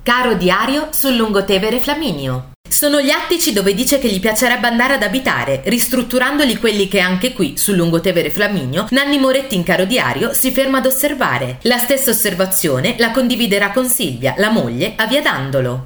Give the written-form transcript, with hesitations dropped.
Caro diario sul lungotevere Flaminio. Sono gli attici dove dice che gli piacerebbe andare ad abitare, ristrutturandoli quelli che anche qui, sul lungotevere Flaminio, Nanni Moretti in caro diario si ferma ad osservare. La stessa osservazione la condividerà con Silvia, la moglie, a Via Dandolo.